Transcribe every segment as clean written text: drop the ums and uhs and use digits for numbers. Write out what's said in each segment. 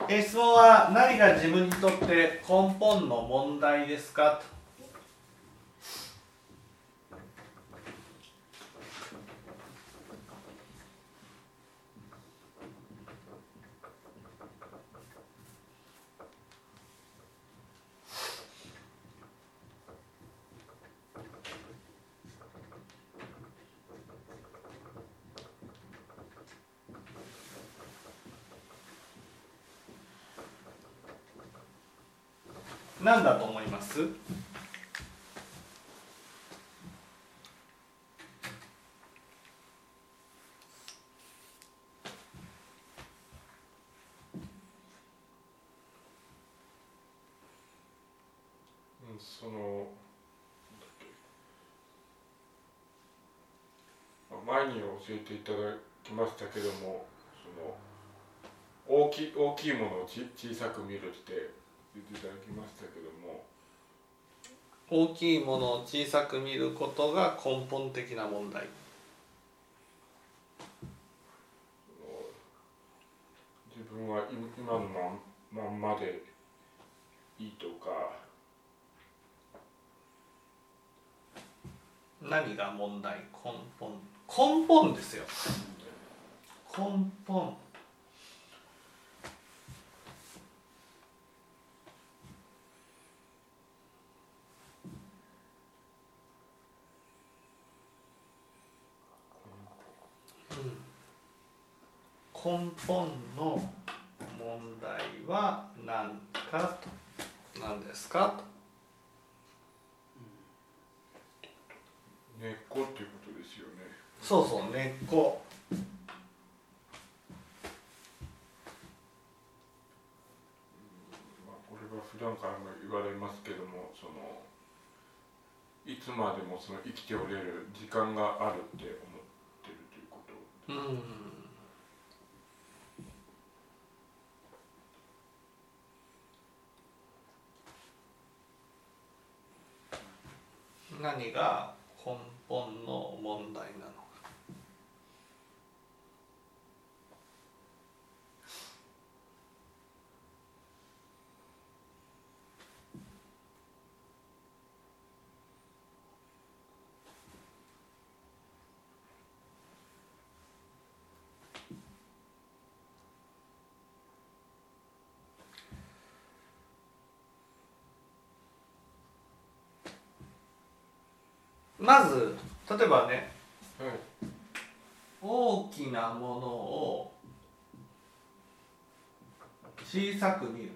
質問は何が自分にとって根本の問題ですかと。何だと思います？ 前に教えていただきましたけども、大きいものを小さく見るって言っていただきましたけども、 大きいものを小さく見ることが根本的な問題。 自分は今のまんまでいいとか。 何が問題？根本ですよ。根本。根本の問題は何かと。何ですかと。 根っこっていうことですよね。 そうそう、根っこ。 これは普段からも言われますけども、いつまでも生きておれる時間があるって思ってるということ。 何が根本の問題なのか。まず例えばね、大きなものを小さく見る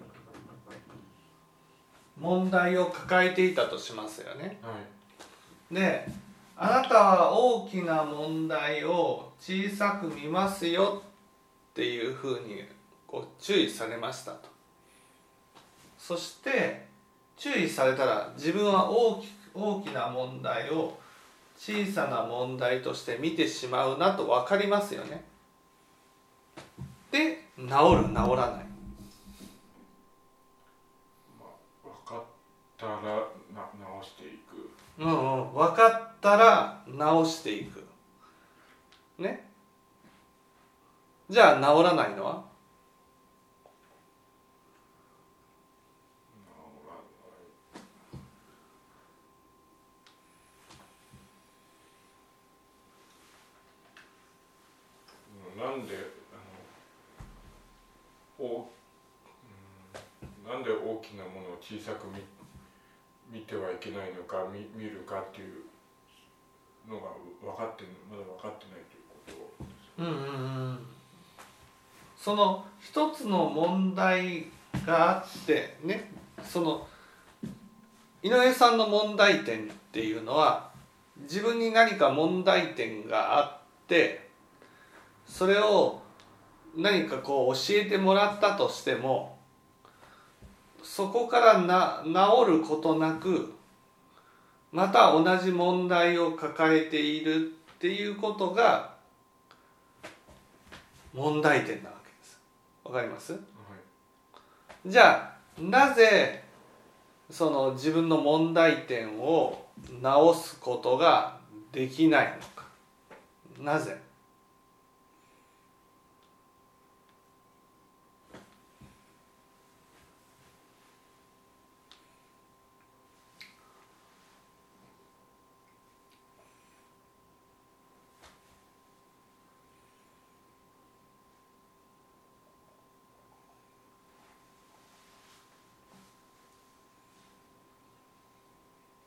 問題を抱えていたとしますよね。で、あなたは大きな問題を小さく見ますよっていうふうに注意されましたと。そして注意されたら自分は大きな問題を小さな問題として見てしまうなと分かりますよね。で、治る治らない。 分かったら直していく。 分かったら直していく。ね。じゃあ治らないのは？ なんで大きなものを小さく見てはいけないのか、見るかっていうのがまだ分かってないということです。 その一つの問題があってね、井上さんの問題点っていうのは自分に何か問題点があってそれを何か教えてもらったとしてもそこから治ることなくまた同じ問題を抱えているっていうことが問題点なわけです。わかります？じゃあなぜ自分の問題点を直すことができないのか。なぜ？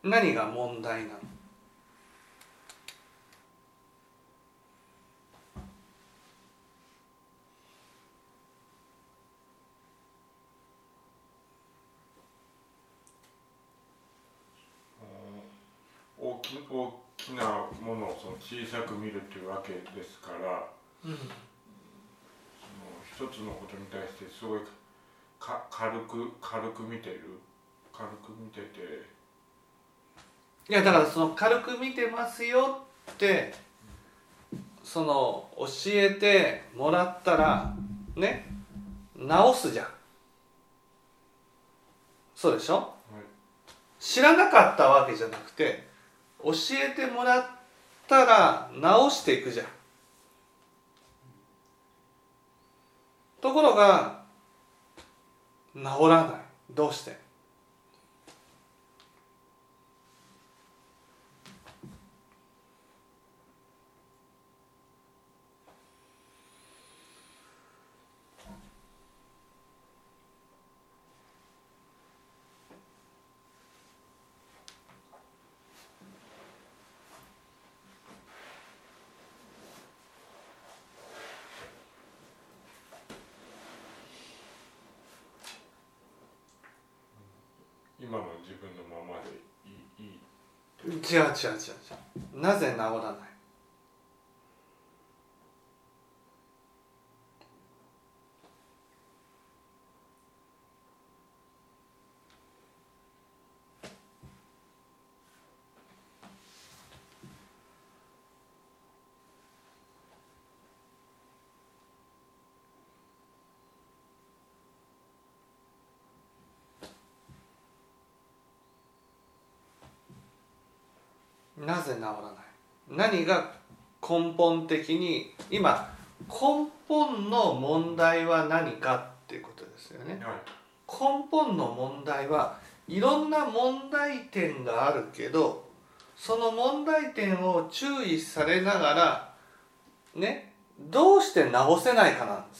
何が問題なの？ 大きなものをその小さく見るというわけですから、その一つのことに対してすごい軽く見てて、 いやだからその軽く見てますよってその教えてもらったらね、直すじゃん。そうでしょ？はい、知らなかったわけじゃなくて教えてもらったら直していくじゃん。ところが治らない。どうして？ 今の自分のままでいい。 違う。なぜ治らない？なぜ治らない？何が根本的に今根本の問題は何かっていうことですよね。 はい、 根本の問題はいろんな問題点があるけど、その問題点を注意されながらね、どうして直せないかなんです。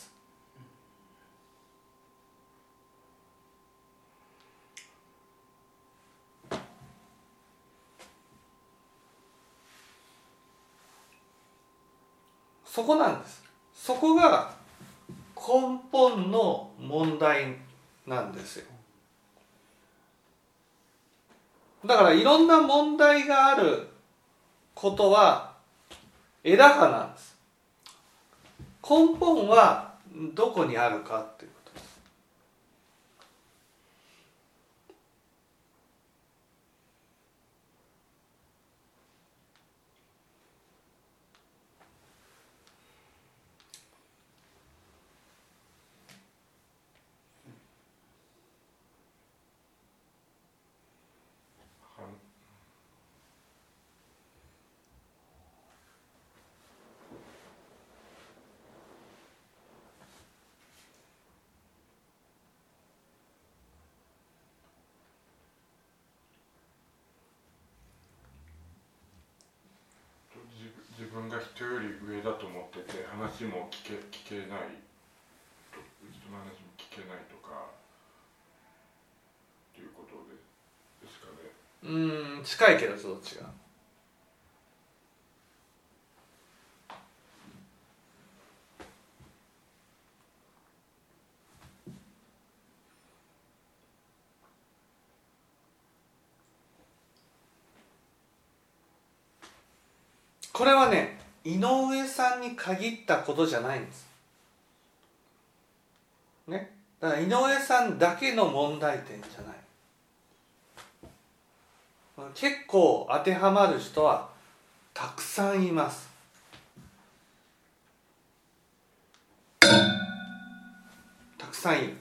そこなんです。そこが根本の問題なんですよ。だからいろんな問題があることは枝葉なんです。根本はどこにあるかっていうことです。 自分が人より上だと思ってて話も聞けないと、人の話も聞けないとかっていうことですかね。 近いけどちょっと違う。これはね、井上さんに限ったことじゃないんです。ね、だから井上さんだけの問題点じゃない。結構当てはまる人はたくさんいます。たくさんいる。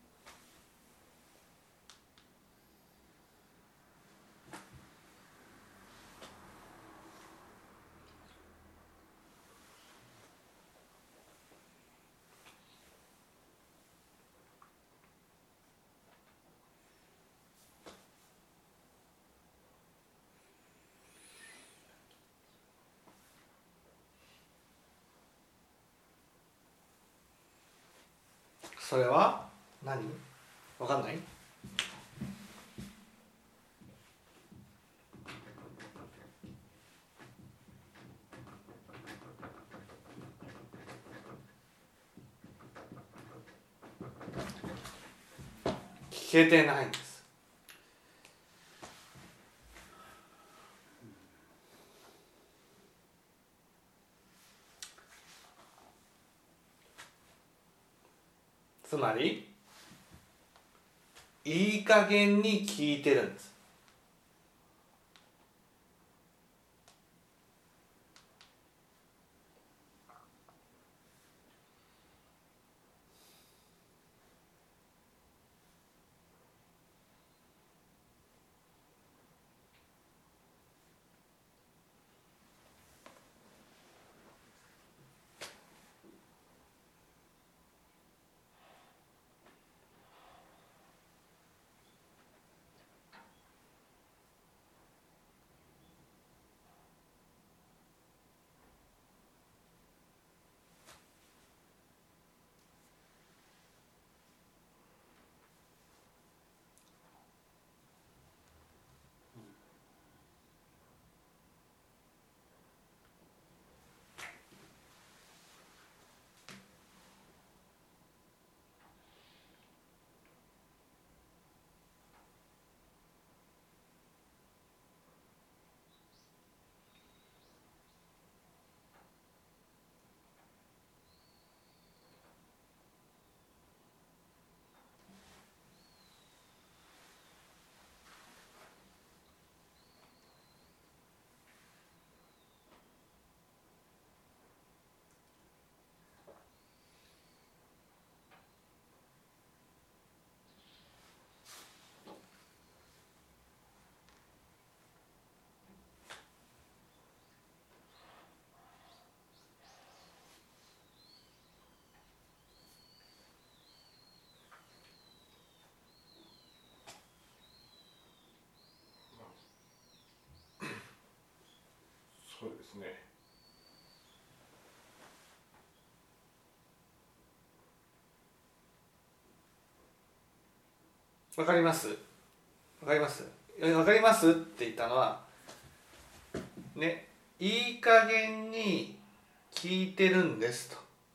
それは何？わかんない？ 聞けてないんです。つまりいい加減に聞いてるんです。 そうですね。 わかります？わかります？わかりますって言ったのはね、いい加減に聞いてるんです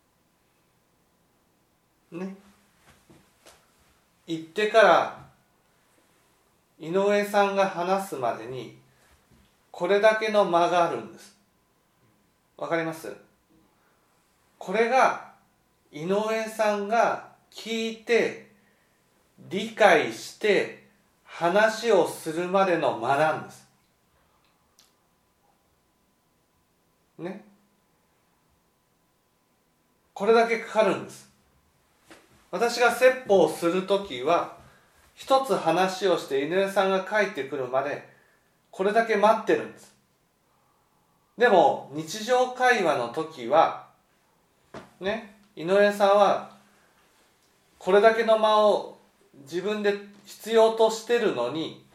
とね言ってから井上さんが話すまでにこれだけの間があるんです。わかります？これが井上さんが聞いて理解して話をするまでの間なんですね。これだけかかるんです。私が説法をするときは一つ話をして井上さんが帰ってくるまでこれだけ待ってるんです。でも日常会話の時はね、井上さんはこれだけの間を自分で必要としてるのに、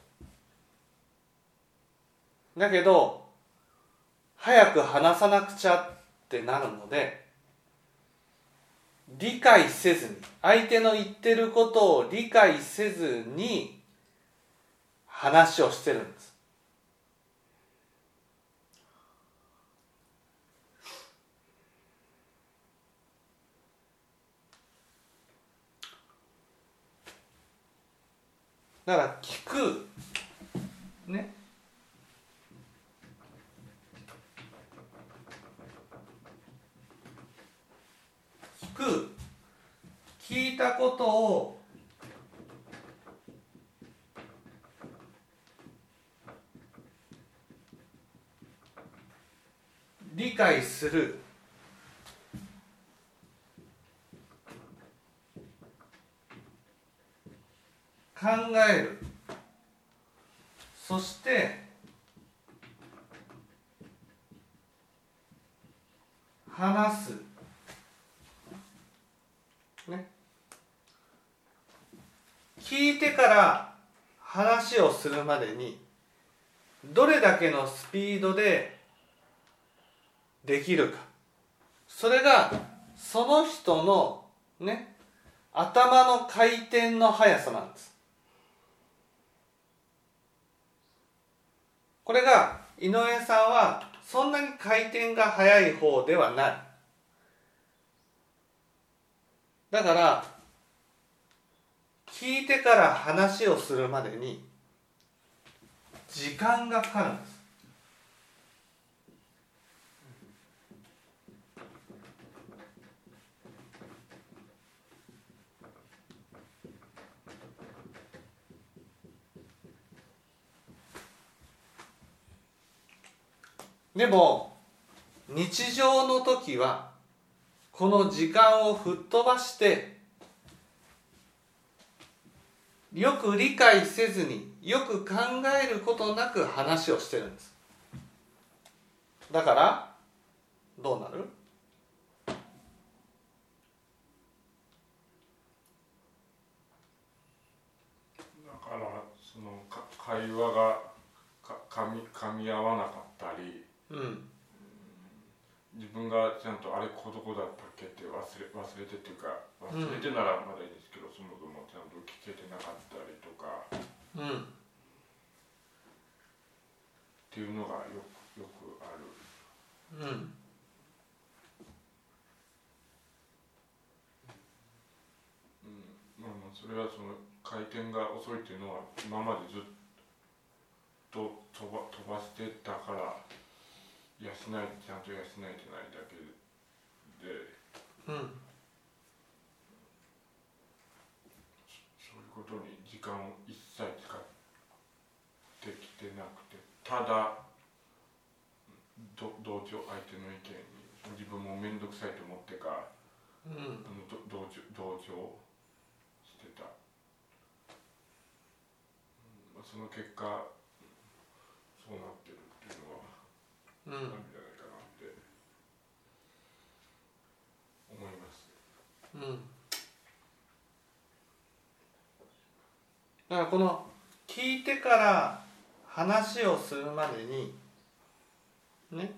だけど早く話さなくちゃってなるので、理解せずに、相手の言ってることを理解せずに話をしてるんです。だから聞くね、聞いたことを理解する、考える、そして話すね、聞いてから話をするまでにどれだけのスピードでできるか、それがその人のね、頭の回転の速さなんです。これが井上さんはそんなに回転が速い方ではない。だから聞いてから話をするまでに時間がかかるんです。でも日常の時はこの時間を吹っ飛ばしてよく理解せずによく考えることなく話をしてるんです。だからどうなる？ だからその会話が噛み合わなかったり、自分がちゃんとあれこどこだったっけって忘れてっていうか忘れてならまだいいですけど、そもそもちゃんと聞けてなかったりとか、っていうのがよくある。それはその回転が遅いっていうのは今までずっと飛ばしてたからちゃんと養えてないだけで、そういうことに時間を一切使ってきてなくて、ただ相手の意見に自分も面倒くさいと思ってか、同情してた。その結果そうなってるっていうのはあるんじゃないかなって思います。 だからこの聞いてから話をするまでにね、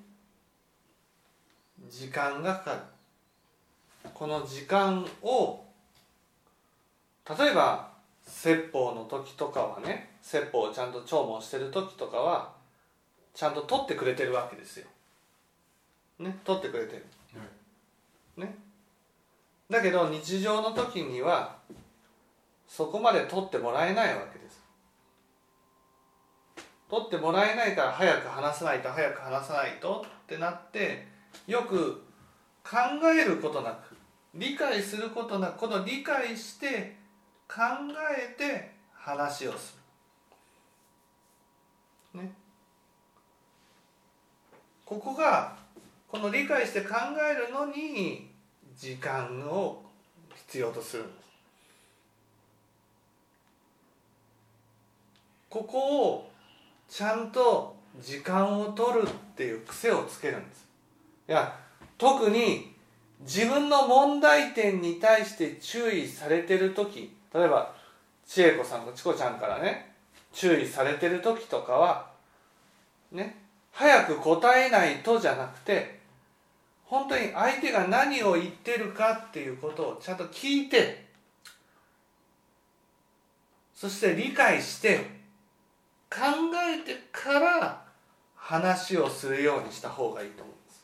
時間がかかる。この時間を例えば説法の時とかはね、説法をちゃんと聴聞してる時とかはちゃんと取ってくれてるわけですよ。ね、取ってくれてる。ね。だけど日常の時にはそこまで取ってもらえないわけです。取ってもらえないから早く話さないとってなって、よく考えることなく理解することなく、この理解して考えて話をする、ね、ここがこの理解して考えるのに時間を必要とするんです。ここをちゃんと時間を取るっていう癖をつけるんです。いや、特に自分の問題点に対して注意されてる時、例えば千恵子さんとチコちゃんからね注意されてる時とかはね、早く答えないとじゃなくて、本当に相手が何を言ってるかっていうことをちゃんと聞いて、そして理解して考えてから話をするようにした方がいいと思うんです。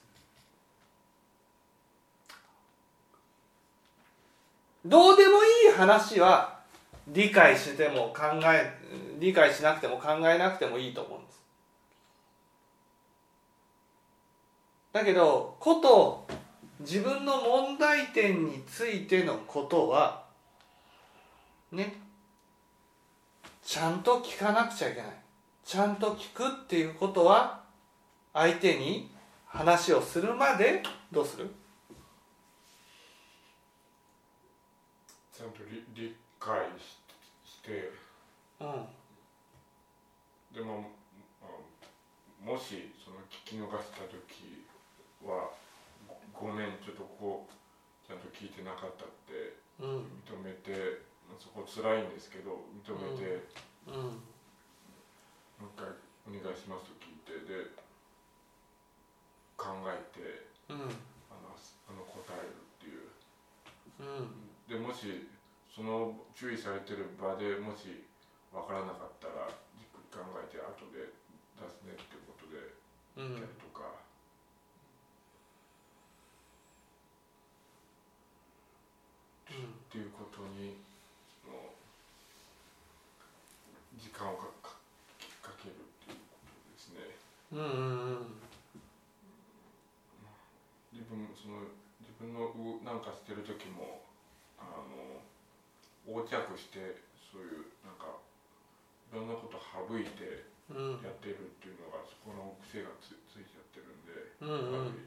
どうでもいい話は理解しなくても考えなくてもいいと思うんです。だけどこと自分の問題点についてのことはね、ちゃんと聞かなくちゃいけない。ちゃんと聞くっていうことは、相手に話をするまでどうする？ ちゃんと理解して、でももしその聞き逃した時はごめん、ちょっとこうちゃんと聞いてなかったって認めて、そこ辛いんですけど認めて、もう一回お願いしますと聞いて、で考えて、答えるっていう、でもしその注意されてる場でもし分からなかったらじっくり考えて後で出すねっていうことでやるとか、っていうことに時間をかけるっていうことですね。自分のなんかしてる時も横着してそういうなんかいろんなこと省いてやってるっていうのが、そこの癖がついちゃってるんで、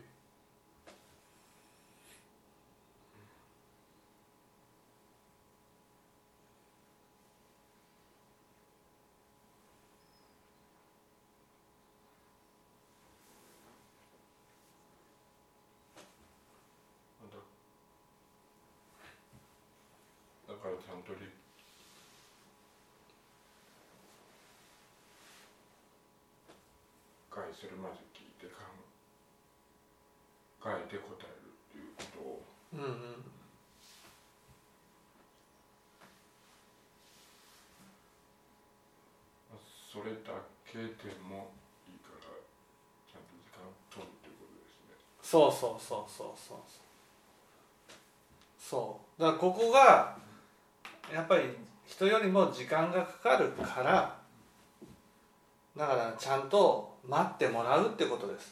だからちゃんと理解するまで聞いて考えて答えるっていうことを、それだけでもいいからちゃんと時間を取るっていうことですね。 そうだからここがやっぱり人よりも時間がかかるから、だからちゃんと待ってもらうってことです。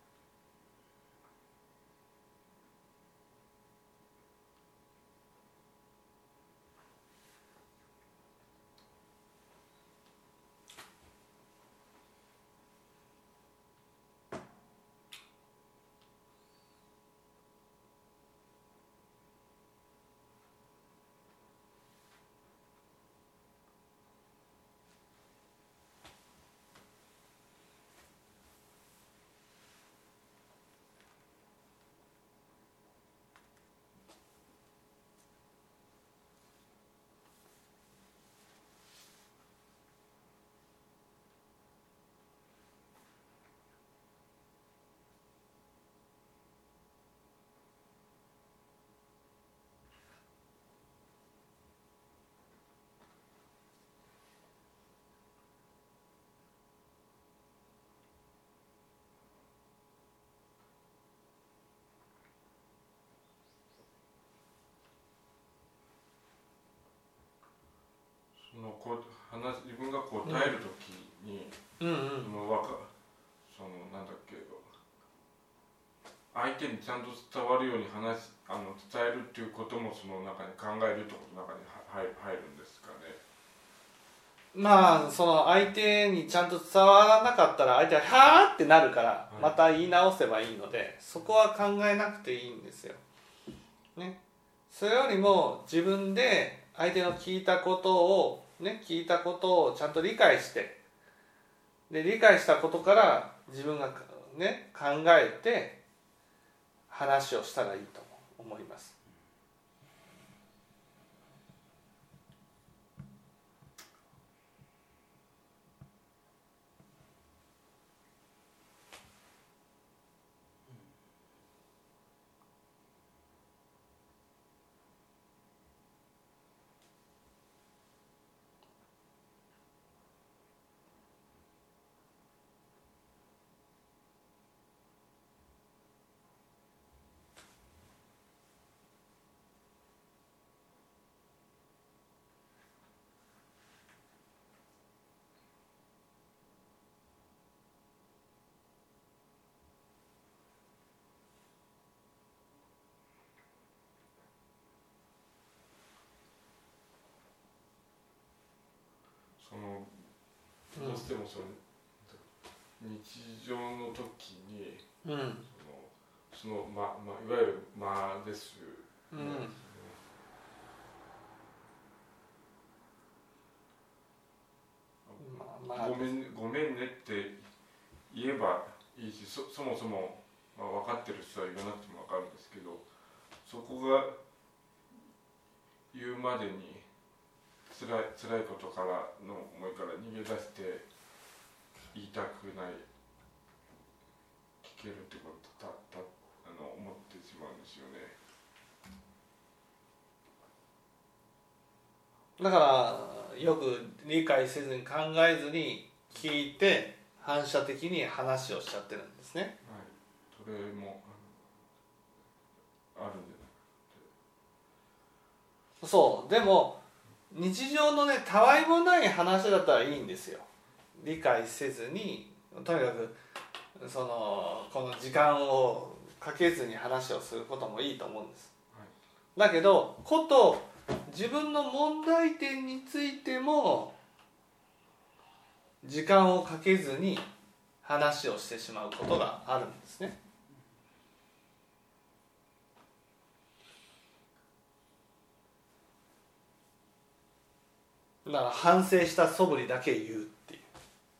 自分が答えるときに、なんだっけ、相手にちゃんと伝わるように伝えるっていうこともその中に考えるってことの中に入るんですかね。 その相手にちゃんと伝わらなかったら相手ははーってなるから、また言い直せばいいので、そこは考えなくていいんですよ、ね。それよりも自分で相手の聞いたことをちゃんと理解して、で理解したことから自分が考えて話をしたらいいと思います。 どうしても日常の時に、いわゆる間です、ごめんねって言えばいいし、そもそも、分かってる人は言わなくても分かるんですけど、そこが言うまでに辛いことからの思いから逃げ出して言いたくない、聞けるってこと思ってしまうんですよね。 だからよく理解せずに考えずに聞いて反射的に話をしちゃってるんですね。 はい、それもあるんじゃないかって。 そう、でも日常のねたわいもない話だったらいいんですよ。理解せずにとにかくこの時間をかけずに話をすることもいいと思うんです、はい、だけどこと自分の問題点についても時間をかけずに話をしてしまうことがあるんですね。だから反省した素振りだけ言うっていう。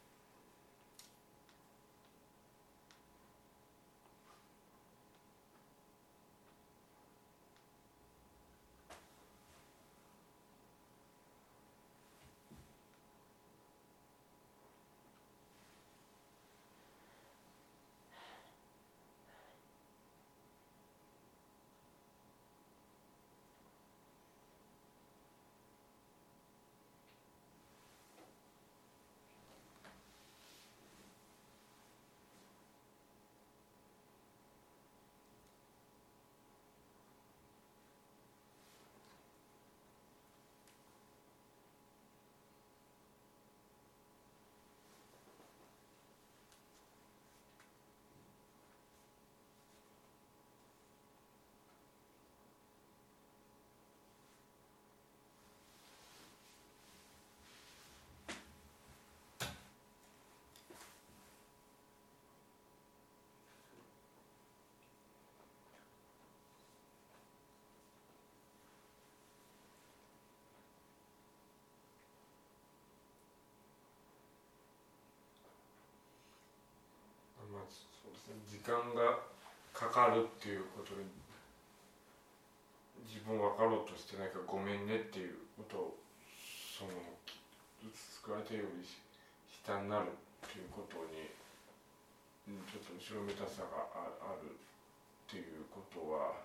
そうですね、時間がかかるっていうことで自分分かろうとしてないからごめんねっていうことを救われたより下になるっていうことにちょっと後ろめたさがあるっていうことは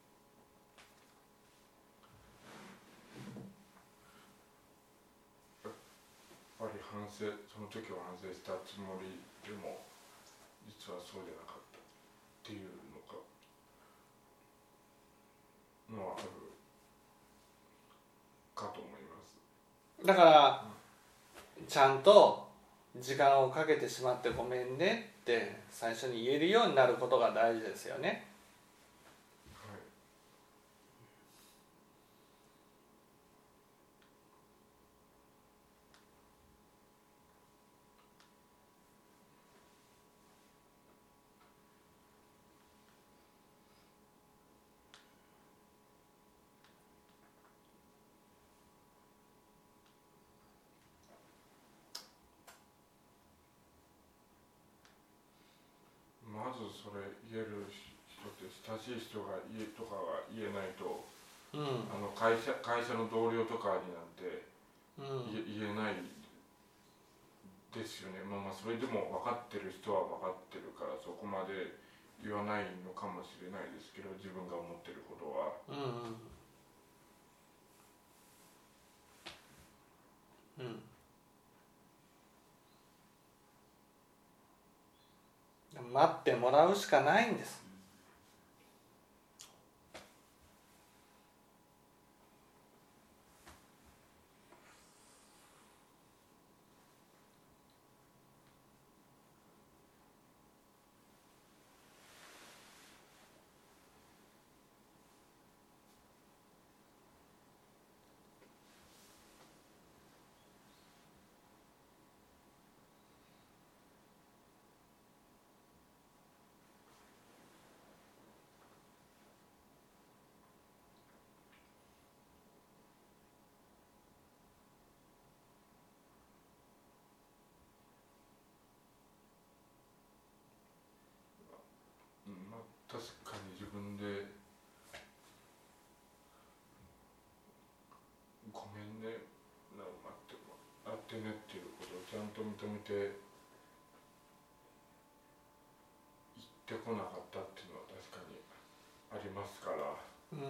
やっぱりその時は反省したつもりでも実はそうじゃなかったっていうのはあるかと思います。 だから、ちゃんと時間をかけてしまってごめんねって最初に言えるようになることが大事ですよね。 まずそれ言える人って親しい人がとかが言えないと、会社の同僚とかになんて言えないですよね。まあそれでも分かってる人は分かってるからそこまで言わないのかもしれないですけど、自分が思ってることは。 待ってもらうしかないんです。 確かに自分でごめんね、待ってねっていうことをちゃんと認めて言ってこなかったっていうのは確かにありますから、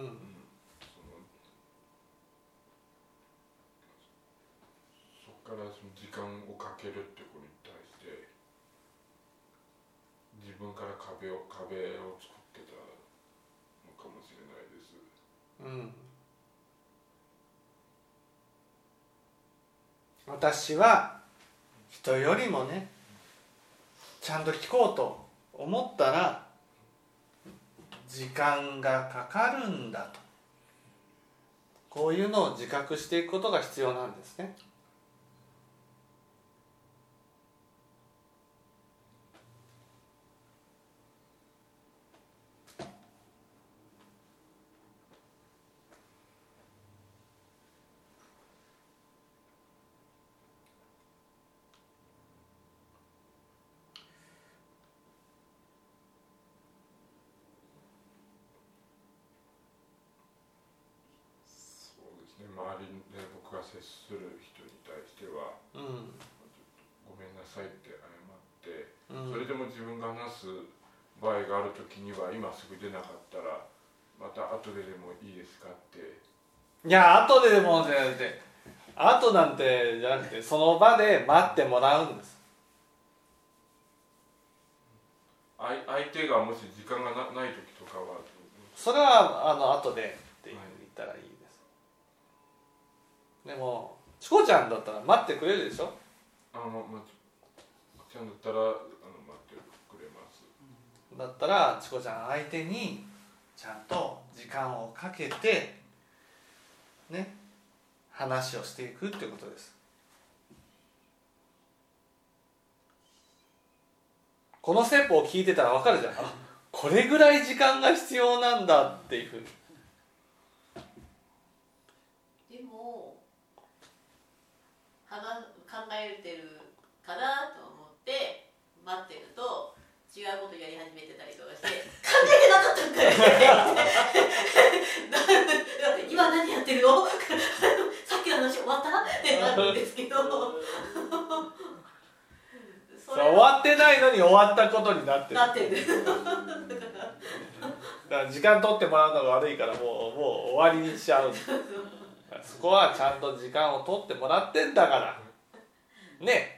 そこからその時間をかけるってことに対して自分から壁を作ってたのかもしれないです。 私は人よりもねちゃんと聞こうと思ったら時間がかかるんだと、こういうのを自覚していくことが必要なんですね。 周りで僕が接する人に対しては、ごめんなさいって謝って、それでも自分が話す場合がある時には今すぐ出なかったらまた後ででもいいですかって。 いや後ででもじゃなくて、後なんてじゃなくてその場で待ってもらうんです。 相手がもし時間がない時とかはそれは後でって言ったらいいです、でもチコちゃんだったら待ってくれるでしょ。 ちゃんだったら待ってくれます。 だったらチコちゃん相手にちゃんと時間をかけてね話をしていくっていうことです。このステップを聞いてたら分かるじゃん。これぐらい時間が必要なんだっていうふうに。 でも考えてるかなと思って待ってると違うことやり始めてたりとかして考えてなかったんかい今何やってるのさっきの話終わったってなるんですけど終わってないのに終わったことになってる。だから時間取ってもらうのが悪いからもう終わりにしちゃう。そこはちゃんと時間を取ってもらってんだからね。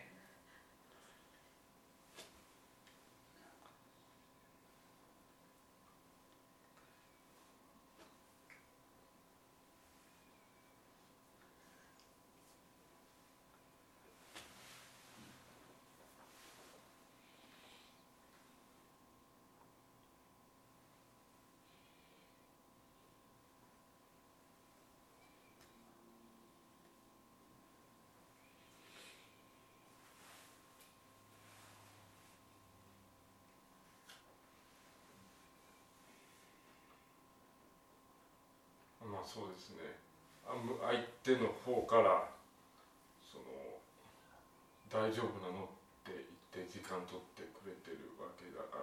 そうですね。相手の方から大丈夫なのって言って時間取ってくれてるわけだから、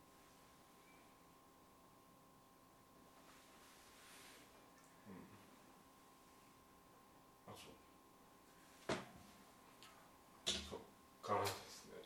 そっからですね。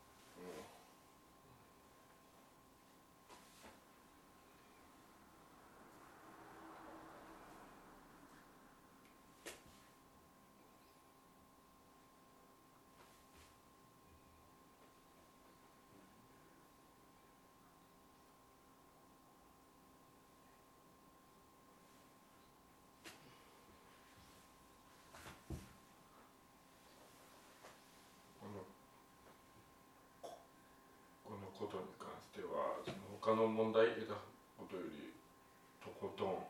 このことに関しては他の問題得たことよりとことん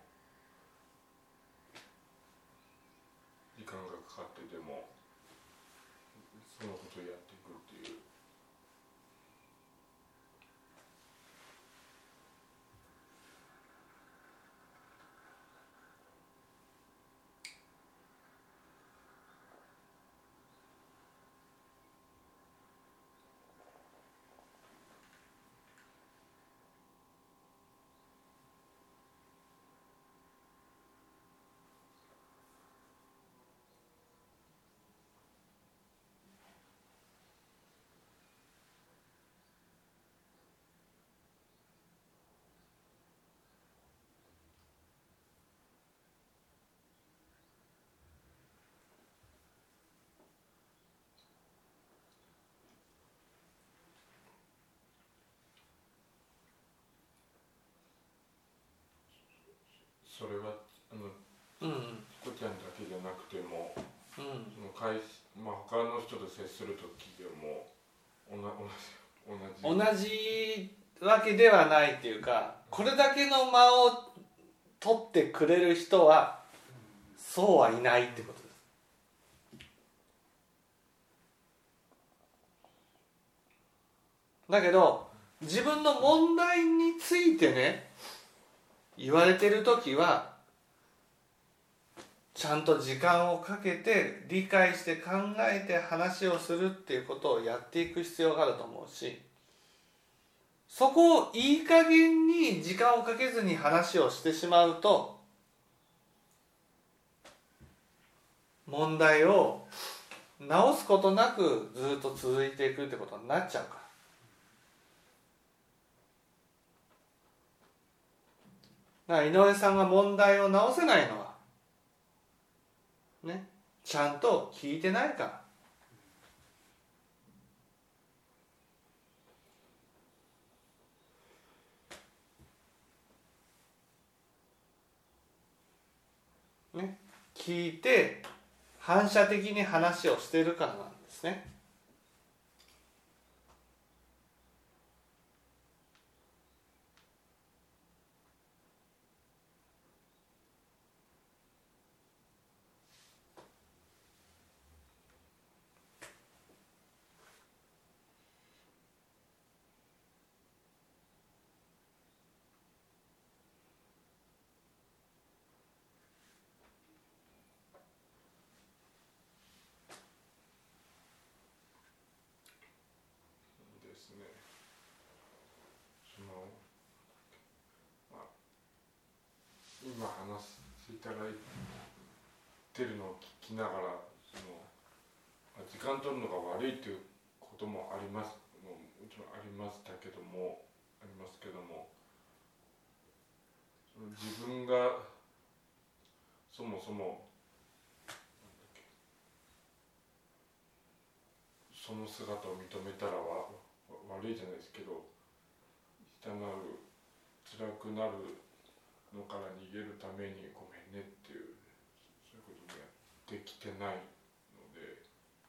時間がかかってでもそのことをやっていくっていう。それはチコちゃんだけじゃなくても、その他の人と接する時でも同じわけではないっていうか、これだけの間を取ってくれる人はそうはいないってことです。だけど自分の問題についてね言われてる時はちゃんと時間をかけて理解して考えて話をするっていうことをやっていく必要があると思うし、そこをいい加減に時間をかけずに話をしてしまうと問題を直すことなくずっと続いていくってことになっちゃうから。だから井上さんが問題を直せないのはね、ちゃんと聞いてないから。ね、聞いて反射的に話をしているからなんですね。 今話していただいてるのを聞きながら時間取るのが悪いということもありますもちろんありましたけども自分がそもそもその姿を認めたら悪いじゃないですけど痛なる辛くなるのから逃げるためにごめんねっていうそういうこともやってきてないので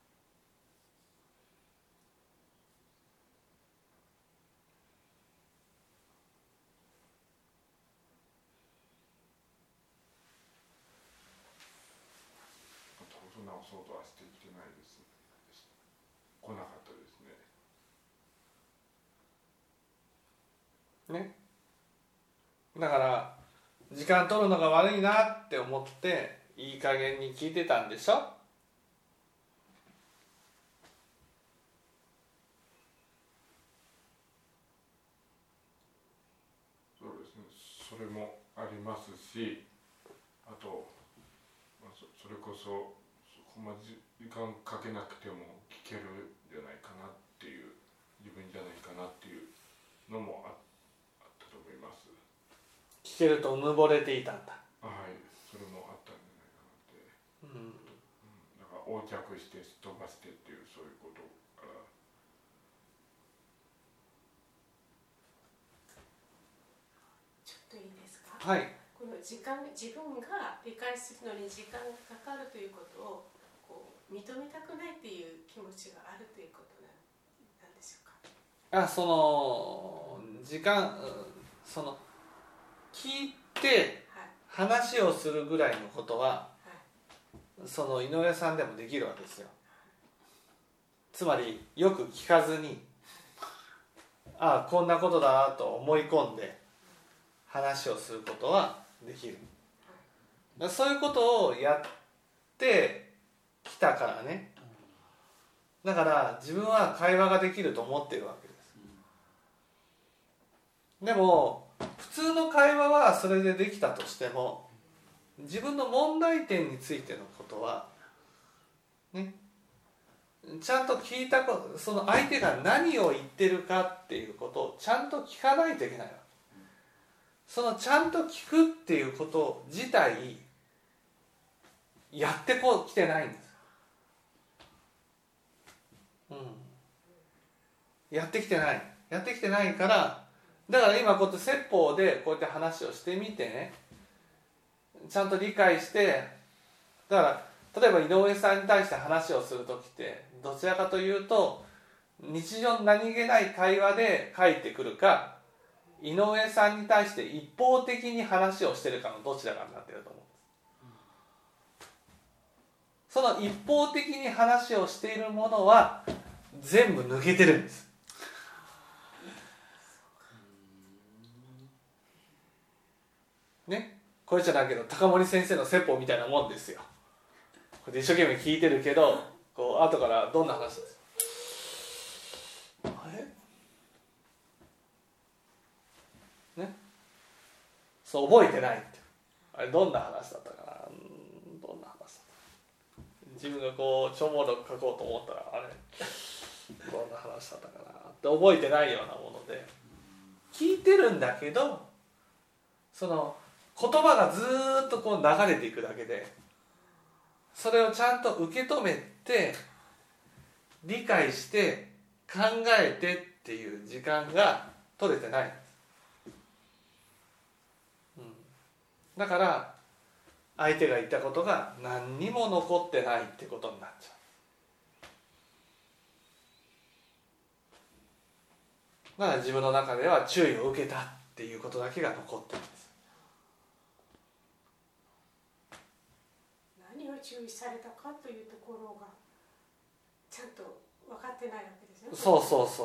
直そうとはしてきてないです。来なかったですね。ね。だから時間取るのが悪いなって思っていい加減に聞いてたんでしょ。 そうですね、それもありますし、あと、それこそそこまで時間かけなくても聞けるんじゃないかなっていう自分じゃないかなっていうのもあったと思います。 聞けるとうぬぼれていたんだ。 はい、それもあったんじゃないかなって、だから横着してすっ飛ばしてっていうそういうことから。 ちょっといいですか。 はい。 この時間、自分が理解するのに時間がかかるということをこう認めたくないっていう気持ちがあるということなんでしょうか。 その時間、その聞いて話をするぐらいのことは、その井上さんでもできるわけですよ。つまりよく聞かずに、ああこんなことだなと思い込んで話をすることはできる。そういうことをやってきたからね。だから自分は会話ができると思っているわけです。でも普通の会話はそれでできたとしても、自分の問題点についてのことはね、ちゃんと聞いたこと、その相手が何を言ってるかっていうことをちゃんと聞かないといけないわけ。そのちゃんと聞くっていうこと自体やってきてないんです。やってきてないから、だから今こうやって説法でこうやって話をしてみてね、ちゃんと理解して、だから例えば井上さんに対して話をする時ってどちらかというと日常の何気ない会話で返ってくるか、井上さんに対して一方的に話をしてるかのどちらかになっていると思うんです。その一方的に話をしているものは全部抜けてるんです。ね、これじゃないけど高森先生の説法みたいなもんですよ。これで一生懸命聞いてるけど、こう後からどんな話ですか、ね、そう覚えてないって、あれどんな話だったかな、どんな話だった、自分がこう長文録書こうと思ったらあれどんな話だったかなって覚えてないようなもので、聞いてるんだけどその言葉がずっとこう流れていくだけで、それをちゃんと受け止めて理解して考えてっていう時間が取れてないんです、だから相手が言ったことが何にも残ってないってことになっちゃう。だから自分の中では注意を受けたっていうことだけが残ってるんです。 何を注意されたかというところがちゃんと分かってないわけですよね。 そう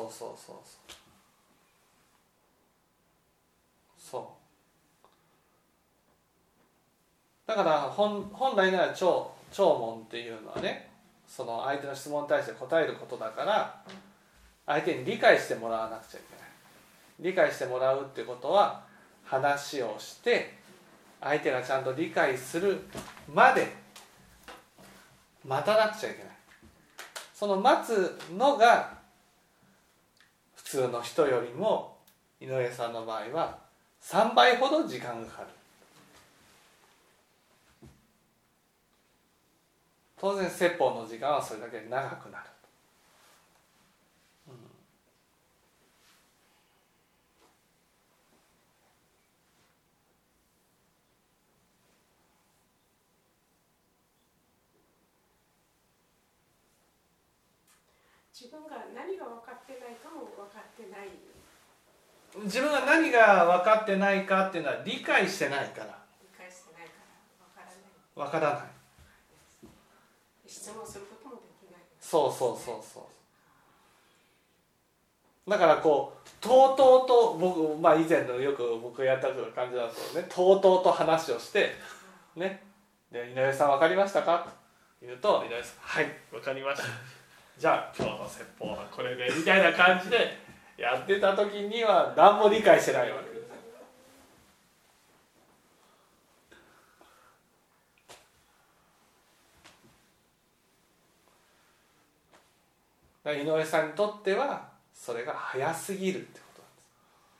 だから本来なら聴聞っていうのはね、その相手の質問に対して答えることだから相手に理解してもらわなくちゃいけない。理解してもらうってことは話をして相手がちゃんと理解するまで待たなくちゃいけない。その待つのが普通の人よりも井上さんの場合は3倍ほど時間がかかる。当然説法の時間はそれだけ長くなる、 自分が何が分かってないかも分かってない。 自分が何が分かってないかっていうのは理解してないから。 理解してないから分からない。 分からない。 質問することもできない。 そうだからこうとうとうと僕、以前のよく僕がやった感じだとね、とうとうと話をしてね、で井上さん分かりましたかと言うと井上さんはい分かりましたじゃあ今日の説法はこれでみたいな感じでやってた時には何も理解してないわけです。だから井上さんにとってはそれが早すぎるってことなんです。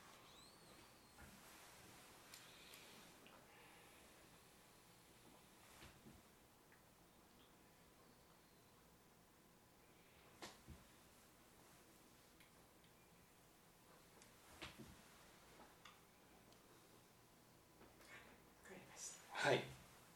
はい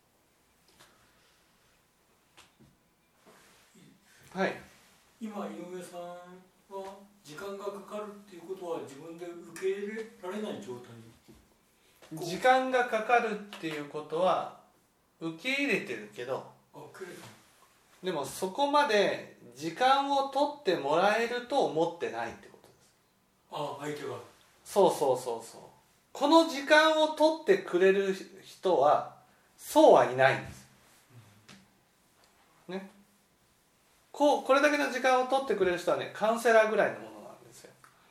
はい。 今井上さんは時間がかかるっていうことは自分で受け入れられない状態。 時間がかかるっていうことは受け入れてるけど、でもそこまで時間を取ってもらえると思ってないってことです。 相手が。 そうこの時間を取ってくれる人はそうはいないんですね。これだけの時間を取ってくれる人はね、カウンセラーぐらいのものなんですよ。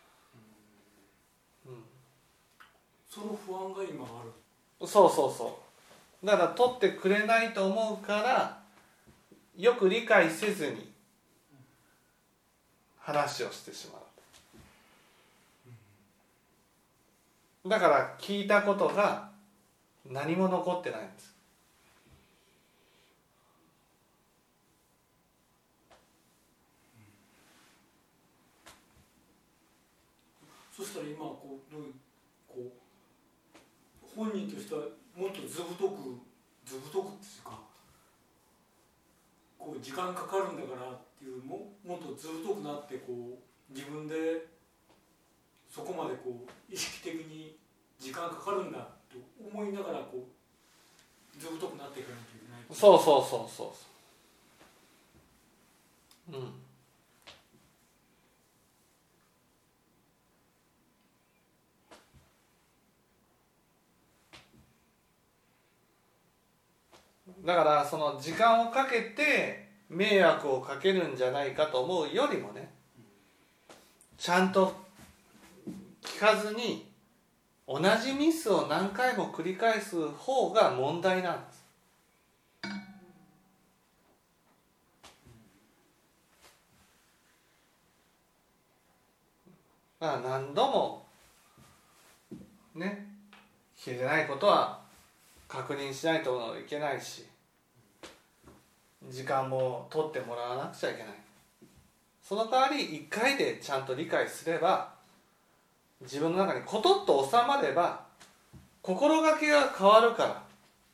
その不安が今ある。 そうだから取ってくれないと思うからよく理解せずに話をしてしまう。だから聞いたことが何も残ってないんです。 そしたら今本人としてはもっと図太くっていうか時間かかるんだからっていう、もっとずっとくなってこう自分でそこまでこう意識的に時間かかるんだと思いながらこうずっとくなっていかなきゃいけない。 そうそうそうそう。うん。だからその時間をかけて迷惑をかけるんじゃないかと思うよりもね、ちゃんと聞かずに同じミスを何回も繰り返す方が問題なんです。だから何度もね、聞けてないことは確認しないといけないし、時間も取ってもらわなくちゃいけない。その代わり1回でちゃんと理解すれば、自分の中にコトッと収まれば心がけが変わるから。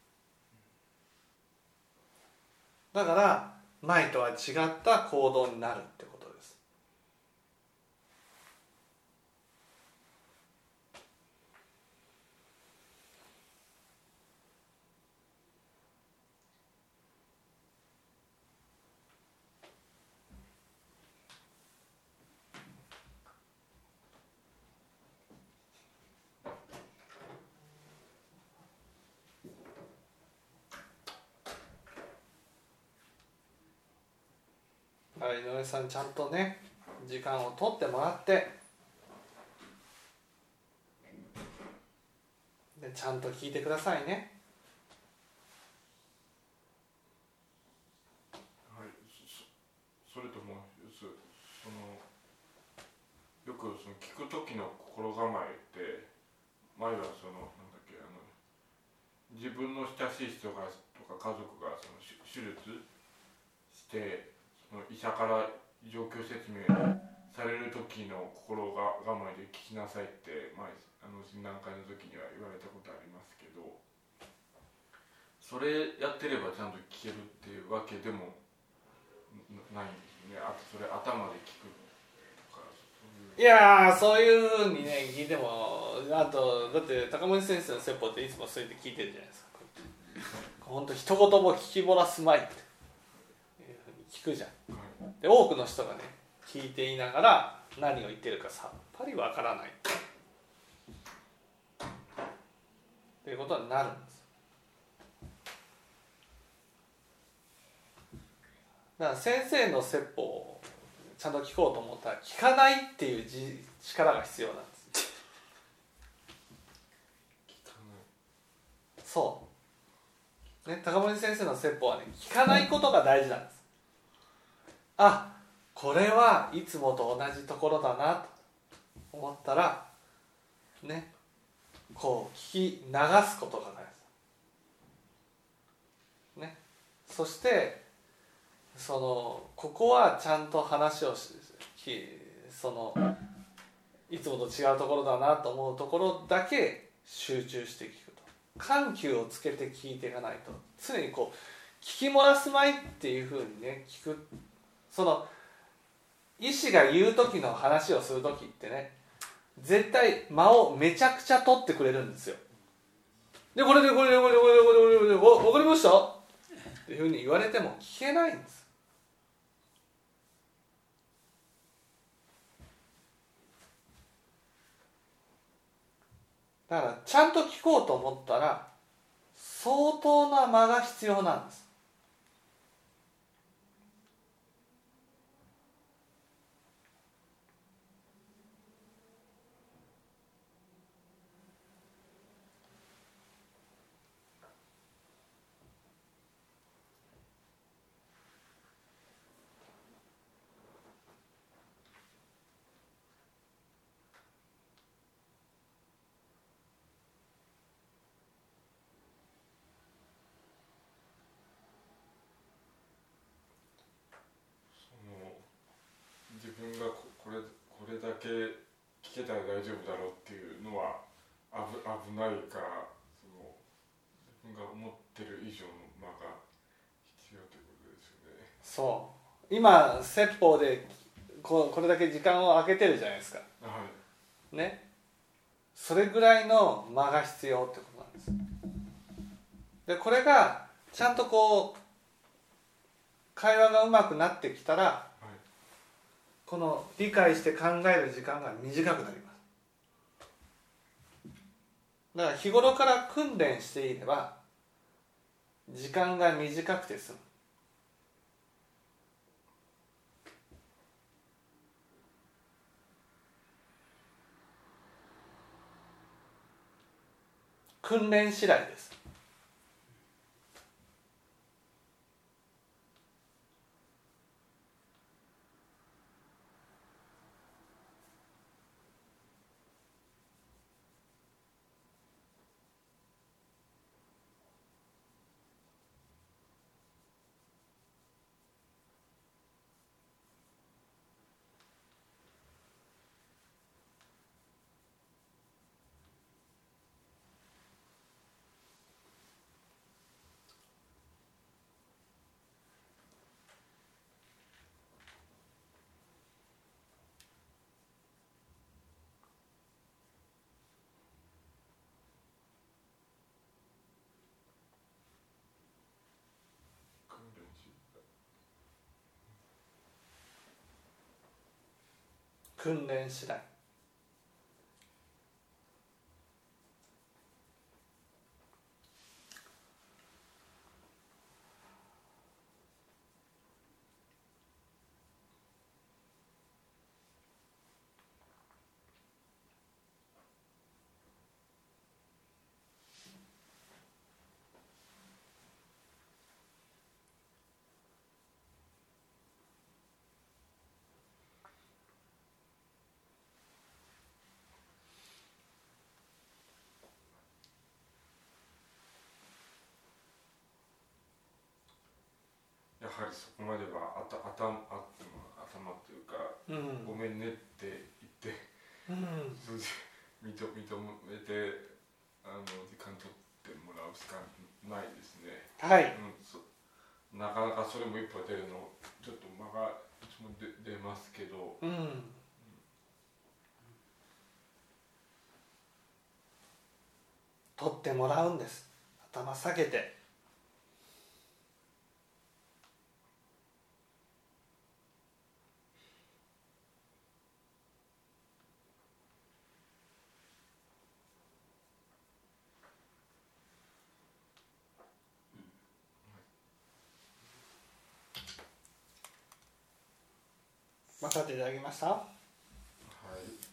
だから前とは違った行動になるってことです。井上さん、ちゃんとね時間を取ってもらって、でちゃんと聞いてくださいね。 はい、それともう一つ、よくその聞く時の心構えって前は自分の親しい人がとか家族がその手術してその医者から状況説明される時の心構えで聞きなさいって前診断会の時には言われたことありますけど、それやってればちゃんと聞けるっていうわけでもないんですね。あとそれ頭で聞くとかいやー、そういうふうにね聞いても、あとだって高森先生の説法っていつもそうやって聞いてるじゃないですか。本当一言も聞き漏らすまいっていうふうに聞くじゃん。で多くの人がね聞いていながら何を言ってるかさっぱりわからないということになるんです。だから先生の説法をちゃんと聞こうと思ったら聞かないっていう力が必要なんです。 聞かない。 そうね、高森先生の説法はね聞かないことが大事なんです。あ、これはいつもと同じところだなと思ったらね、こう聞き流すことが大事ね。そしてここはちゃんと話をいつもと違うところだなと思うところだけ集中して聞くと、緩急をつけて聞いていかないと、常にこう聞き漏らすまいっていうふうにね聞く。医師が言う時の話をする時ってね、絶対間をめちゃくちゃ取ってくれるんですよ。でこれで分かりましたっていうふうに言われても聞けないんです。だからちゃんと聞こうと思ったら相当な間が必要なんです。 自分がこれだけ聞けたら大丈夫だろうっていうのは危ないから、自分が思ってる以上の間が必要ということですよね。 そう今説法でこれだけ時間を空けてるじゃないですか、 はい、 ね、それぐらいの間が必要ってことなんです。でこれがちゃんとこう会話がうまくなってきたら、はい、この理解して考える時間が短くなります。だから日頃から訓練していれば時間が短くて済む。訓練次第です。訓練次第。 やはりそこまでは頭というか、ごめんねって言って、それで認めて時間取ってもらうしかないですね。 はい、 なかなかそれも一歩出るのちょっと間がいつも出ますけど、 取ってもらうんです。頭下げて。分かっていただきました？ はい。